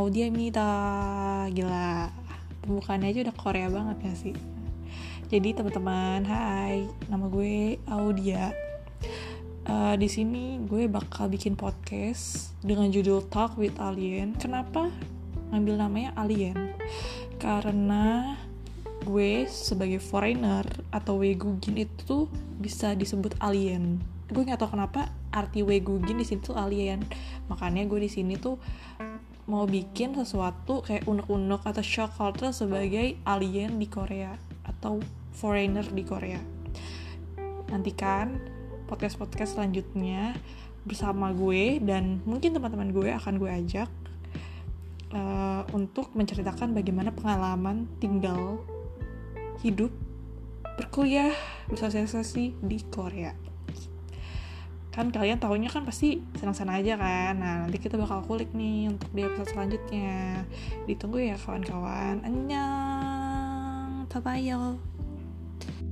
Audiamida. Gila, pembukaannya aja udah Korea banget gak sih? Jadi teman-teman, hai, nama gue Audia. Di sini gue bakal bikin podcast dengan judul Talk with Alien. Kenapa ngambil namanya Alien? Karena gue sebagai foreigner atau Wegugin itu bisa disebut alien. Gue nggak tahu kenapa arti Wegugin di sini tuh alien. Makanya gue di sini tuh mau bikin sesuatu kayak unek-unek atau shock culture sebagai alien di Korea atau foreigner di Korea. Nantikan podcast-podcast selanjutnya bersama gue dan mungkin teman-teman gue akan gue ajak untuk menceritakan bagaimana pengalaman tinggal, hidup, berkuliah, bersosialisasi di Korea. Kan kalian tahunya kan pasti senang-senang aja kan. Nah, nanti kita bakal kulik nih untuk di episode selanjutnya. Ditunggu ya kawan-kawan. Annyeong. Bye-bye.